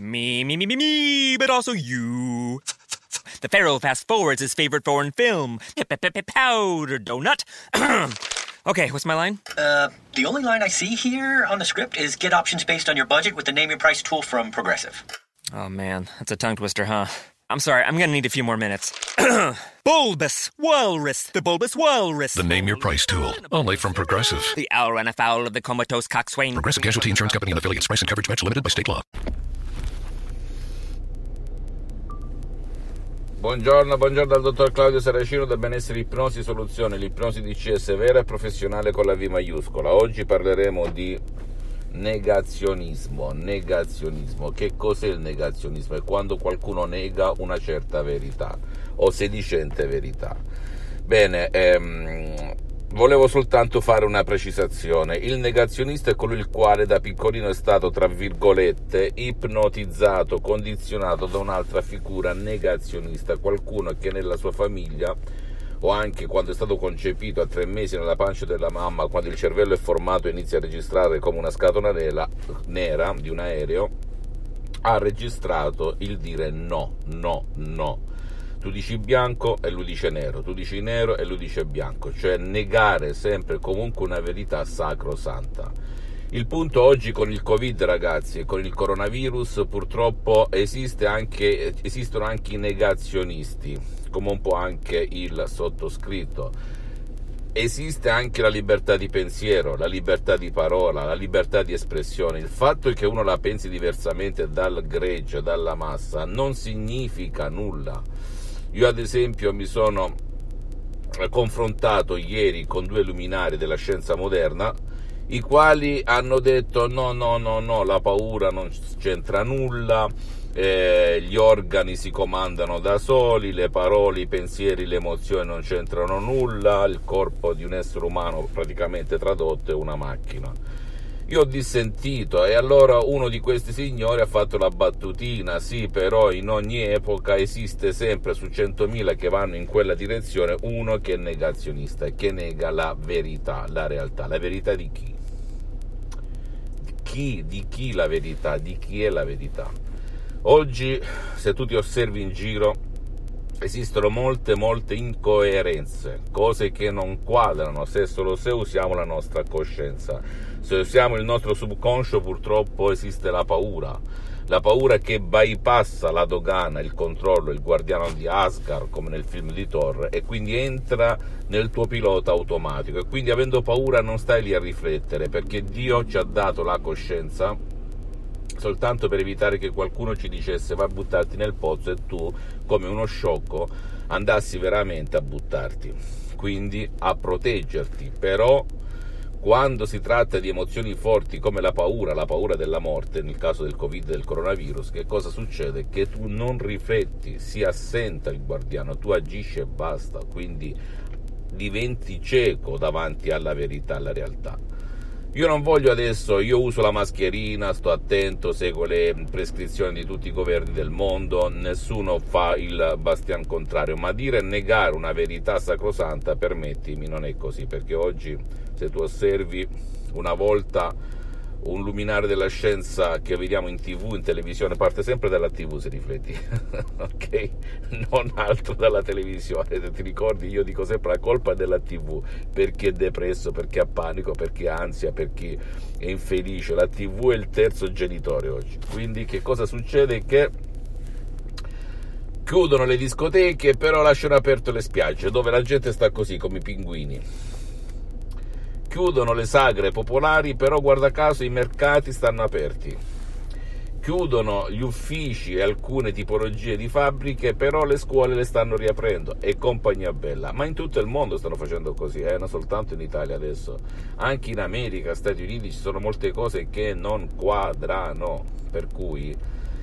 Me, but also you. The Pharaoh fast forwards his favorite foreign film, Powder Donut. Okay, what's my line? The only line I see here on the script is get options based on your budget with the Name Your Price tool from Progressive. Oh man, that's a tongue twister, huh? I'm sorry, I'm gonna need a few more minutes. Bulbous Walrus, the Bulbous Walrus. The Name Your Price tool, only from Progressive. The owl ran afoul of the comatose coxswain. Progressive Casualty Insurance Company and affiliates. Price and coverage match limited by state law. Buongiorno dal dottor Claudio Saracino da Benessere Ipnosi Soluzione, l'ipnosi DCS vera e professionale con la V maiuscola. Oggi parleremo di negazionismo. Che cos'è il negazionismo? È quando qualcuno nega una certa verità o sedicente verità. Bene, volevo soltanto fare una precisazione. Il negazionista è colui il quale da piccolino è stato, tra virgolette, ipnotizzato, condizionato da un'altra figura negazionista, qualcuno che nella sua famiglia, o anche quando è stato concepito a 3 mesi nella pancia della mamma, quando il cervello è formato e inizia a registrare come una scatola nera di un aereo, ha registrato il dire no. Tu dici bianco e lui dice nero, tu dici nero e lui dice bianco, cioè negare sempre comunque una verità sacrosanta. Il punto oggi con il Covid, ragazzi, e con il coronavirus, purtroppo esistono anche i negazionisti, come un po' anche il sottoscritto. Esiste anche la libertà di pensiero, la libertà di parola, la libertà di espressione. Il fatto che uno la pensi diversamente dal gregge, dalla massa, non significa nulla. Io ad esempio mi sono confrontato ieri con 2 luminari della scienza moderna, i quali hanno detto no, la paura non c'entra nulla, gli organi si comandano da soli, le parole, i pensieri, le emozioni non c'entrano nulla, il corpo di un essere umano praticamente tradotto è una macchina. Io ho dissentito e allora uno di questi signori ha fatto la battutina: sì, però in ogni epoca esiste sempre su 100.000 che vanno in quella direzione uno che è negazionista e che nega la verità, la realtà. La verità di chi? Di chi la verità? Di chi è la verità? Oggi, se tu ti osservi in giro, esistono molte incoerenze, cose che non quadrano se usiamo la nostra coscienza. Se usiamo il nostro subconscio, purtroppo esiste la paura che bypassa la dogana, il controllo, il guardiano di Asgard, come nel film di Thor, e quindi entra nel tuo pilota automatico, e quindi avendo paura non stai lì a riflettere, perché Dio ci ha dato la coscienza soltanto per evitare che qualcuno ci dicesse va a buttarti nel pozzo e tu, come uno sciocco, andassi veramente a buttarti, quindi a proteggerti. Però quando si tratta di emozioni forti come la paura della morte, nel caso del Covid e del coronavirus, che cosa succede? Che tu non rifletti, si assenta il guardiano, tu agisci e basta, quindi diventi cieco davanti alla verità, alla realtà. Io non voglio adesso, io uso la mascherina, sto attento, seguo le prescrizioni di tutti i governi del mondo, nessuno fa il bastian contrario, ma negare una verità sacrosanta, permettimi, non è così, perché oggi, se tu osservi, una volta un luminare della scienza che vediamo in TV, in televisione, parte sempre dalla TV, se rifletti, ok? Non altro dalla televisione. Ti ricordi? Io dico sempre la colpa è della TV, perché è depresso, perché ha panico, perché ha ansia, perché è infelice. La TV è il terzo genitore oggi. Quindi che cosa succede? Che chiudono le discoteche, però lasciano aperte le spiagge, dove la gente sta così, come i pinguini. Chiudono le sagre popolari, però guarda caso i mercati stanno aperti. Chiudono gli uffici e alcune tipologie di fabbriche, però le scuole le stanno riaprendo, e compagnia bella. Ma in tutto il mondo stanno facendo così, non soltanto in Italia adesso. Anche in America, Stati Uniti, ci sono molte cose che non quadrano, per cui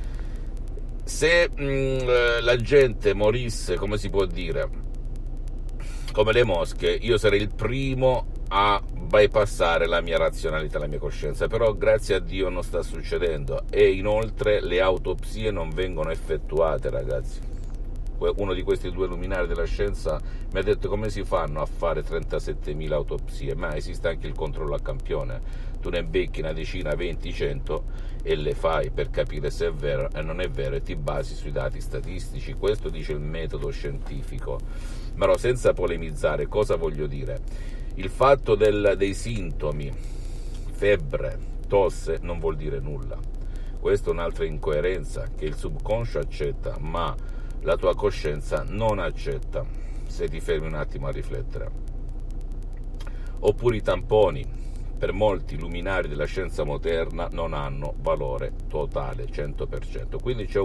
se la gente morisse, come si può dire, come le mosche, io sarei il primo a bypassare la mia razionalità, la mia coscienza, però grazie a Dio non sta succedendo, e inoltre le autopsie non vengono effettuate, ragazzi. uno di questi due luminari della scienza mi ha detto: come si fanno a fare 37.000 autopsie? Ma esiste anche il controllo a campione, tu ne becchi una decina, 20, 100 e le fai per capire se è vero e non è vero, e ti basi sui dati statistici. Questo dice il metodo scientifico. Ma senza polemizzare, cosa voglio dire? Il fatto dei sintomi, febbre, tosse, non vuol dire nulla. Questa è un'altra incoerenza che il subconscio accetta, ma la tua coscienza non accetta, se ti fermi un attimo a riflettere. Oppure i tamponi, per molti luminari della scienza moderna, non hanno valore totale, 100%. Quindi c'è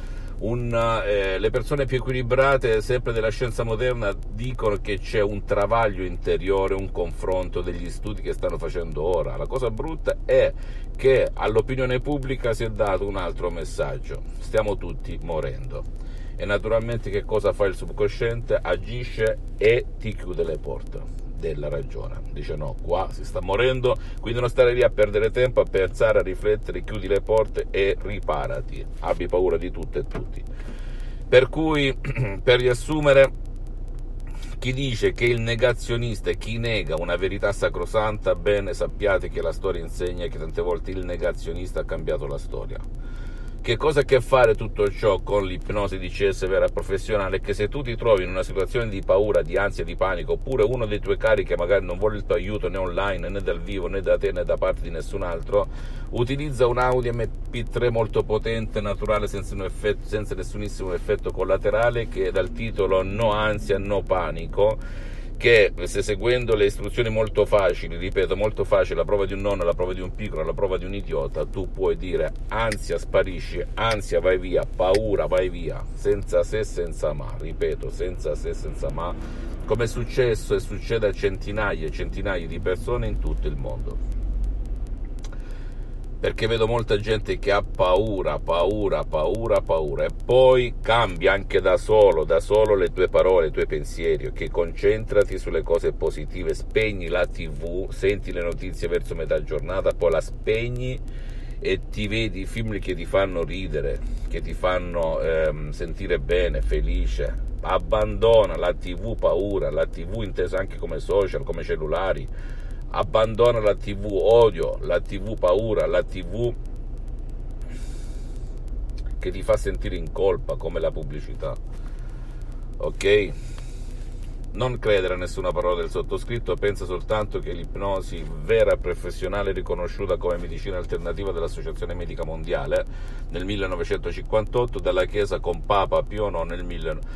le persone più equilibrate, sempre della scienza moderna, dicono che c'è un travaglio interiore, un confronto degli studi che stanno facendo ora. La cosa brutta è che all'opinione pubblica si è dato un altro messaggio: stiamo tutti morendo. E naturalmente che cosa fa il subconsciente? Agisce e ti chiude le porte della ragione. Dice: no, qua si sta morendo, quindi non stare lì a perdere tempo, a pensare, a riflettere, chiudi le porte e riparati, abbi paura di tutto e tutti. Per cui, per riassumere, chi dice che il negazionista e chi nega una verità sacrosanta, bene, sappiate che la storia insegna che tante volte il negazionista ha cambiato la storia. Che cosa ha a che fare tutto ciò con l'ipnosi DCS vera e professionale? Che se tu ti trovi in una situazione di paura, di ansia, di panico, oppure uno dei tuoi cari che magari non vuole il tuo aiuto né online, né dal vivo, né da te, né da parte di nessun altro, utilizza un audio MP3 molto potente, naturale, senza nessunissimo effetto collaterale, che dal titolo No ansia, no panico, che se seguendo le istruzioni molto facili, ripeto, molto facili, la prova di un nonno, la prova di un piccolo, la prova di un idiota, tu puoi dire: ansia sparisci, ansia vai via, paura vai via, senza se, senza ma, ripeto, senza se, senza ma, come è successo e succede a centinaia e centinaia di persone in tutto il mondo. Perché vedo molta gente che ha paura, e poi cambia anche da solo le tue parole, i tuoi pensieri. Ok, concentrati sulle cose positive, spegni la TV, senti le notizie verso metà giornata, poi la spegni e ti vedi film che ti fanno ridere, che ti fanno sentire bene, felice. Abbandona la TV paura, la TV intesa anche come social, come cellulari. Abbandona la TV odio, la TV paura, la TV che ti fa sentire in colpa, come la pubblicità. Ok? Non credere a nessuna parola del sottoscritto, pensa soltanto che l'ipnosi vera e professionale, riconosciuta come medicina alternativa dall'Associazione Medica Mondiale nel 1958, dalla Chiesa con Papa Pio IX nel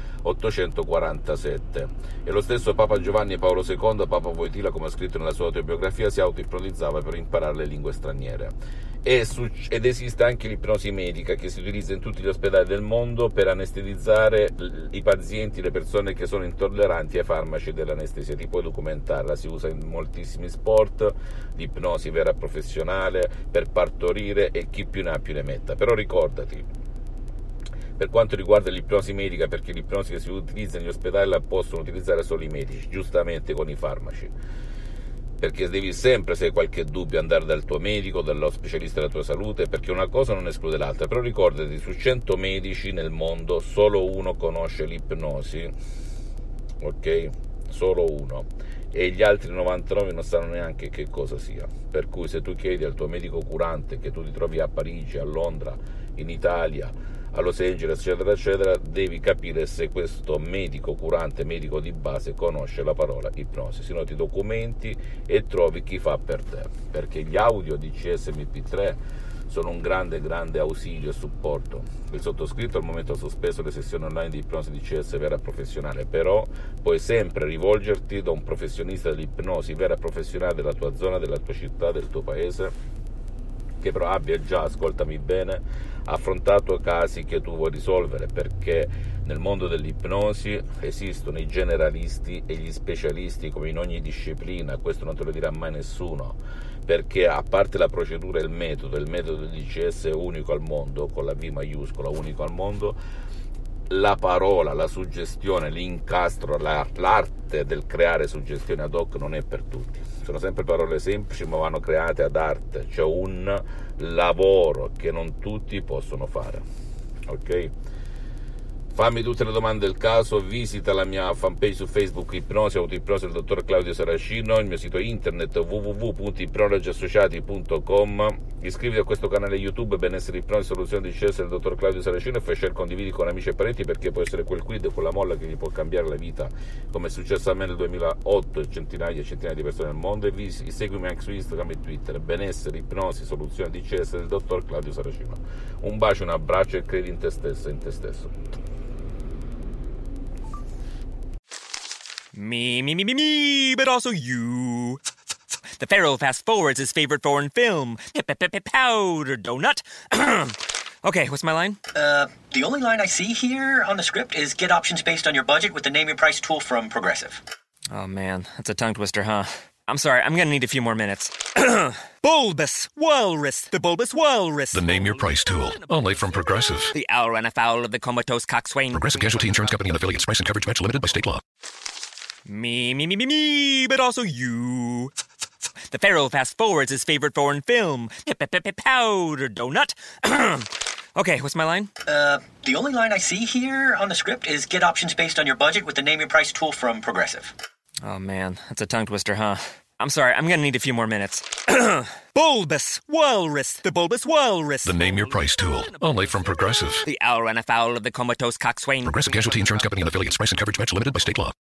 1847. E lo stesso Papa Giovanni Paolo II, Papa Wojtyla, come ha scritto nella sua autobiografia, si autoipnotizzava per imparare le lingue straniere. Ed esiste anche l'ipnosi medica, che si utilizza in tutti gli ospedali del mondo per anestetizzare i pazienti, le persone che sono intolleranti ai farmaci dell'anestesia. Ti puoi documentare, si usa in moltissimi sport, l'ipnosi vera e professionale, per partorire, e chi più ne ha più ne metta. Però ricordati, per quanto riguarda l'ipnosi medica, perché l'ipnosi che si utilizza negli ospedali la possono utilizzare solo i medici, giustamente con i farmaci, perché devi sempre, se hai qualche dubbio, andare dal tuo medico, dallo specialista della tua salute, perché una cosa non esclude l'altra. Però ricordati, su 100 medici nel mondo solo uno conosce l'ipnosi, ok? Solo uno, e gli altri 99 non sanno neanche che cosa sia. Per cui se tu chiedi al tuo medico curante, che tu ti trovi a Parigi, a Londra, in Italia, a Los Angeles, eccetera eccetera, devi capire se questo medico curante, medico di base, conosce la parola ipnosi. Se no ti documenti e trovi chi fa per te, perché gli audio di CSMP3 sono un grande ausilio e supporto. Il sottoscritto al momento ha sospeso le sessioni online di ipnosi di CS vera professionale, però puoi sempre rivolgerti da un professionista dell'ipnosi vera professionale della tua zona, della tua città, del tuo paese, che però abbia già, ascoltami bene, affrontato casi che tu vuoi risolvere, perché nel mondo dell'ipnosi esistono i generalisti e gli specialisti, come in ogni disciplina. Questo non te lo dirà mai nessuno, perché a parte la procedura e il metodo del DCS è unico al mondo, con la V maiuscola, unico al mondo. La parola, la suggestione, l'incastro, l'arte del creare suggestioni ad hoc non è per tutti. Sono sempre parole semplici, ma vanno create ad arte, cioè un lavoro che non tutti possono fare. Ok? Fammi tutte le domande del caso, visita la mia fanpage su Facebook Ipnosi, Autoipnosi del dottor Claudio Saracino, il mio sito internet www.ipnologiassociati.com, iscriviti a questo canale YouTube Benessere Ipnosi, Soluzione di CS del dottor Claudio Saracino e fai share, condividi con amici e parenti perché può essere quel quid, quella molla che gli può cambiare la vita, come è successo a me nel 2008 e centinaia e centinaia di persone nel mondo. E seguimi anche su Instagram e Twitter, Benessere Ipnosi, Soluzione di CS del dottor Claudio Saracino. Un bacio, un abbraccio e credi in te stesso e in te stesso. Me, but also you. The Pharaoh fast forwards his favorite foreign film, Powder Donut. Okay, what's my line? The only line I see here on the script is get options based on your budget with the Name Your Price tool from Progressive. Oh man, that's a tongue twister, huh? I'm sorry, I'm gonna need a few more minutes. Bulbous Walrus, the Bulbous Walrus. The Name Your Price tool, only from Progressive. The owl ran afoul of the comatose coxswain. Progressive Casualty Insurance Company and affiliates. Price and coverage match limited by state law. Me, but also you. The Pharaoh fast forwards his favorite foreign film, Powder Donut. Okay, what's my line? The only line I see here on the script is get options based on your budget with the Name Your Price tool from Progressive. Oh man, that's a tongue twister, huh? I'm sorry, I'm gonna need a few more minutes. Bulbous Walrus, the Bulbous Walrus. The Name Your Price tool, only from Progressive. The owl ran afoul of the comatose coxswain. Progressive Casualty Insurance Company and affiliates. Price and coverage match limited by state law.